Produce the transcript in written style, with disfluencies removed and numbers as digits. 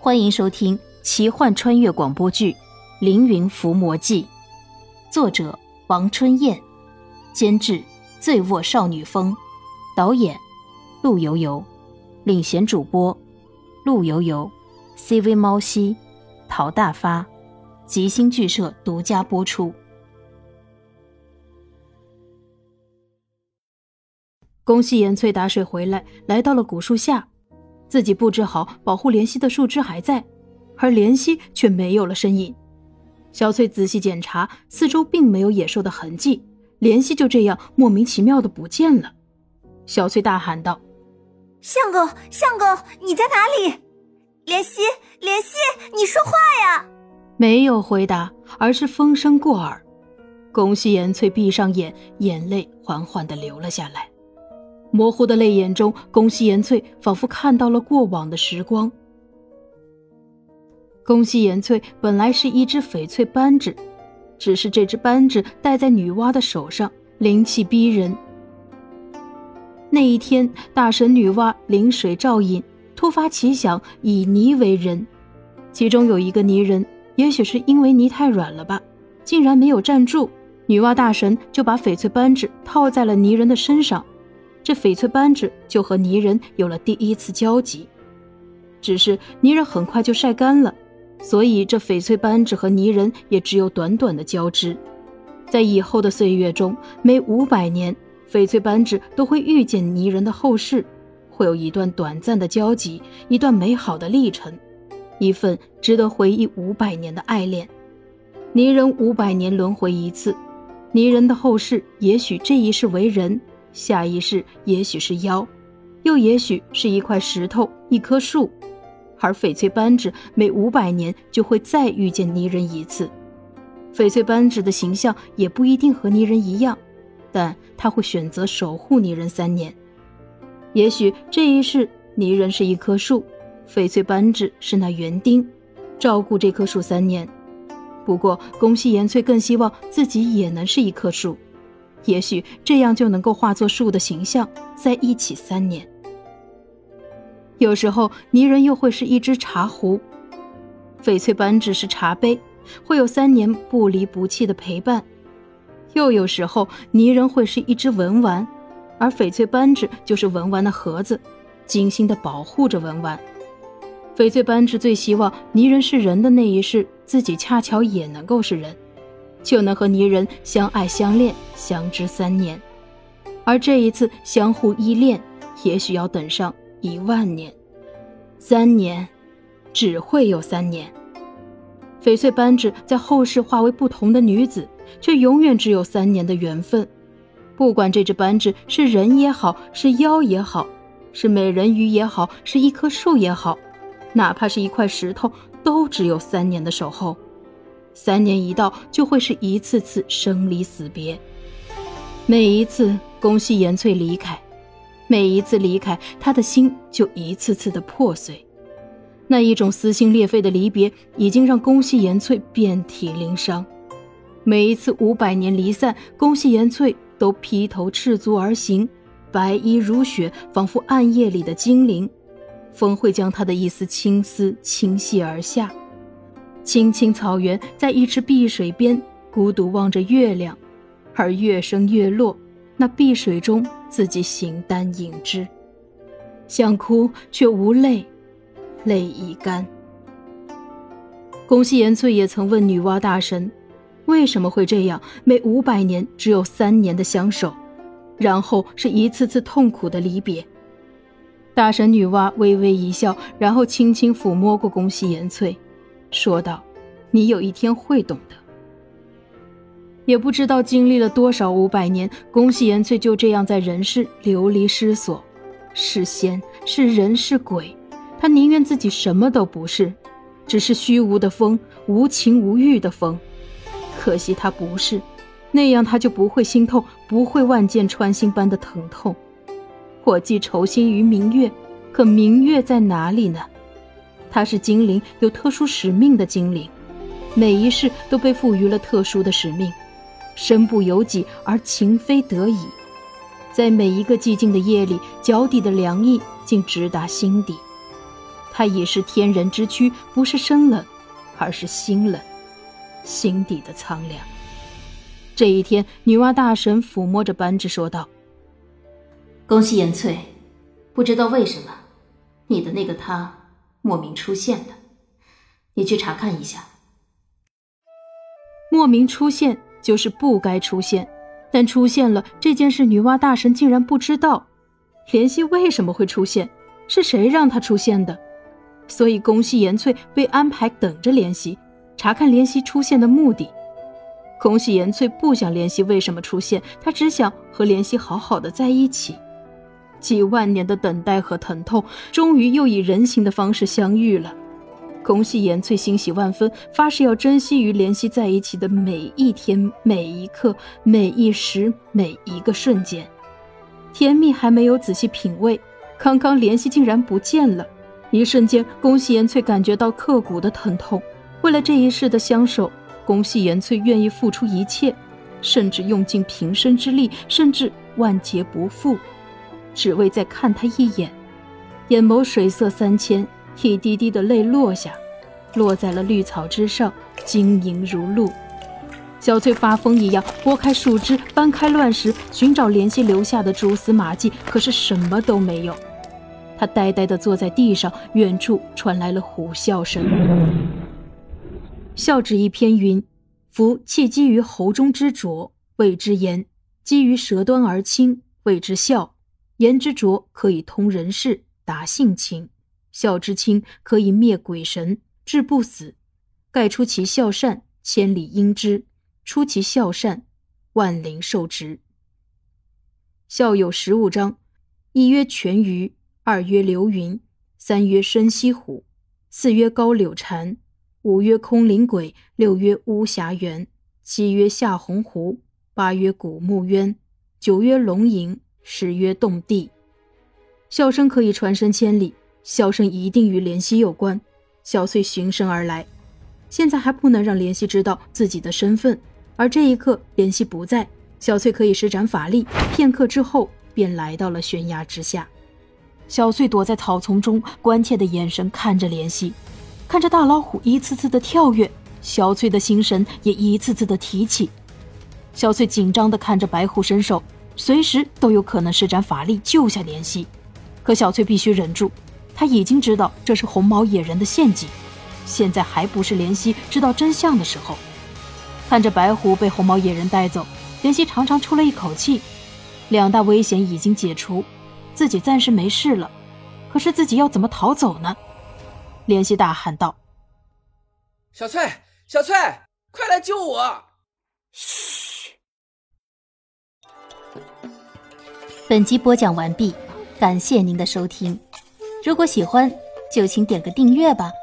欢迎收听奇幻穿越广播剧《凌云伏魔记》，作者王春燕，监制醉卧少女风，导演陆游游，领衔主播陆游游、CV 猫西、陶大发，吉星剧社独家播出。宫西岩翠打水回来，来到了古树下，自己布置好保护莲溪的树枝还在，而莲溪却没有了身影。小翠仔细检查，四周并没有野兽的痕迹，莲溪就这样莫名其妙的不见了。小翠大喊道： 相公，相公，你在哪里？莲溪，莲溪，你说话呀！ 没有回答，而是风声过耳。宫西岩翠闭上眼，眼泪缓缓地流了下来。模糊的泪眼中，宫西岩翠仿佛看到了过往的时光。宫西岩翠本来是一只翡翠扳指，只是这只扳指戴在女娲的手上，灵气逼人。那一天，大神女娲临水照饮，突发奇想以泥为人，其中有一个泥人，也许是因为泥太软了吧，竟然没有站住，女娲大神就把翡翠扳指套在了泥人的身上，这翡翠扳指就和泥人有了第一次交集。只是泥人很快就晒干了，所以这翡翠扳指和泥人也只有短短的交织。在以后的岁月中，每500年翡翠扳指都会遇见泥人的后世，会有一段短暂的交集，一段美好的历程，一份值得回忆500年的爱恋。泥人500年轮回一次，泥人的后世也许这一世为人，下一世也许是妖，又也许是一块石头、一棵树，而翡翠扳指每500年就会再遇见泥人一次。翡翠扳指的形象也不一定和泥人一样，但他会选择守护泥人3年。也许这一世泥人是一棵树，翡翠扳指是那园丁，照顾这棵树3年。不过宫西岩翠更希望自己也能是一棵树，也许这样就能够化作树的形象，在一起3年。有时候泥人又会是一只茶壶，翡翠扳指是茶杯，会有3年不离不弃的陪伴。又有时候泥人会是一只文玩，而翡翠扳指就是文玩的盒子，精心地保护着文玩。翡翠扳指最希望泥人是人的那一世，自己恰巧也能够是人，就能和泥人相爱相恋相知3年。而这一次相互依恋，也许要等上10000年，3年只会有3年。翡翠扳指在后世化为不同的女子，却永远只有3年的缘分。不管这只扳指是人也好，是妖也好，是美人鱼也好，是一棵树也好，哪怕是一块石头，都只有3年的守候。3年一到，就会是一次次生离死别。每一次宫西岩翠离开，每一次离开，他的心就一次次的破碎。那一种撕心裂肺的离别，已经让宫西岩翠遍体鳞伤。每一次500年离散，宫西岩翠都披头赤足而行，白衣如雪，仿佛暗夜里的精灵。风会将他的一丝青丝倾泻而下。青青草原在一池碧水边孤独望着月亮，而月升月落，那碧水中自己形单影只，想哭却无泪，泪已干。宫西岩翠也曾问女娲大神，为什么会这样，每500年只有3年的相守，然后是一次次痛苦的离别。大神女娲微微一笑，然后轻轻抚摸过宫西岩翠，说道：你有一天会懂的。也不知道经历了多少500年，宫西岩翠就这样在人世流离失所，是仙是人是鬼，他宁愿自己什么都不是，只是虚无的风，无情无欲的风。可惜他不是，那样他就不会心痛，不会万箭穿心般的疼痛。我既愁心于明月，可明月在哪里呢？他是精灵，有特殊使命的精灵，每一世都被赋予了特殊的使命，身不由己而情非得已。在每一个寂静的夜里，脚底的凉意竟直达心底。 他已是天人之躯，不是生冷，而是心冷，心底的苍凉。这一天，女娲大神抚摸着扳指说道：恭喜颜翠，不知道为什么你的那个他莫名出现了，你去查看一下。莫名出现就是不该出现，但出现了这件事，女娲大神竟然不知道怜惜为什么会出现，是谁让她出现的。所以宫西颜翠被安排等着怜惜，查看怜惜出现的目的。宫西颜翠不想怜惜为什么出现，她只想和怜惜好好的在一起。几万年的等待和疼痛，终于又以人形的方式相遇了。宫西颜翠欣喜万分，发誓要珍惜与怜惜在一起的每一天、每一刻、每一时、每一个瞬间。甜蜜还没有仔细品味，刚刚怜惜竟然不见了。一瞬间，宫西颜翠感觉到刻骨的疼痛。为了这一世的相守，宫西颜翠愿意付出一切，甚至用尽平生之力，甚至万劫不复，只为再看他一眼。眼眸水色三千，一滴滴的泪落下，落在了绿草之上，晶莹如露。小翠发疯一样拨开树枝，搬开乱石，寻找怜惜留下的蛛丝马迹，可是什么都没有。她呆呆地坐在地上，远处传来了虎啸声。笑指一篇云：夫气积于喉中之浊，谓之言；积于舌端而清，谓之笑。言之浊，可以通人事，达性情；笑之清，可以灭鬼神，治不死。盖出其笑善，千里应之；出其笑善，万灵受之。笑有15章，一曰全鱼，二曰流云，三曰生西虎，四曰高柳蝉，五曰空灵鬼，六曰巫峡猿，七曰下鸿鹄，八曰古木鸢，九曰龙吟，10曰动地。笑声可以传声千里，笑声一定与怜惜有关。小翠循声而来，现在还不能让怜惜知道自己的身份，而这一刻怜惜不在，小翠可以施展法力，片刻之后便来到了悬崖之下。小翠躲在草丛中，关切的眼神看着怜惜，看着大老虎一次次的跳跃，小翠的心神也一次次的提起。小翠紧张地看着白虎伸手，随时都有可能施展法力救下怜惜。可小翠必须忍住，她已经知道这是红毛野人的陷阱，现在还不是怜惜知道真相的时候。看着白虎被红毛野人带走，怜惜长长出了一口气，两大危险已经解除，自己暂时没事了，可是自己要怎么逃走呢？怜惜大喊道： 小翠，小翠，快来救我！ 嘘。 本集播讲完毕，感谢您的收听。如果喜欢，就请点个订阅吧。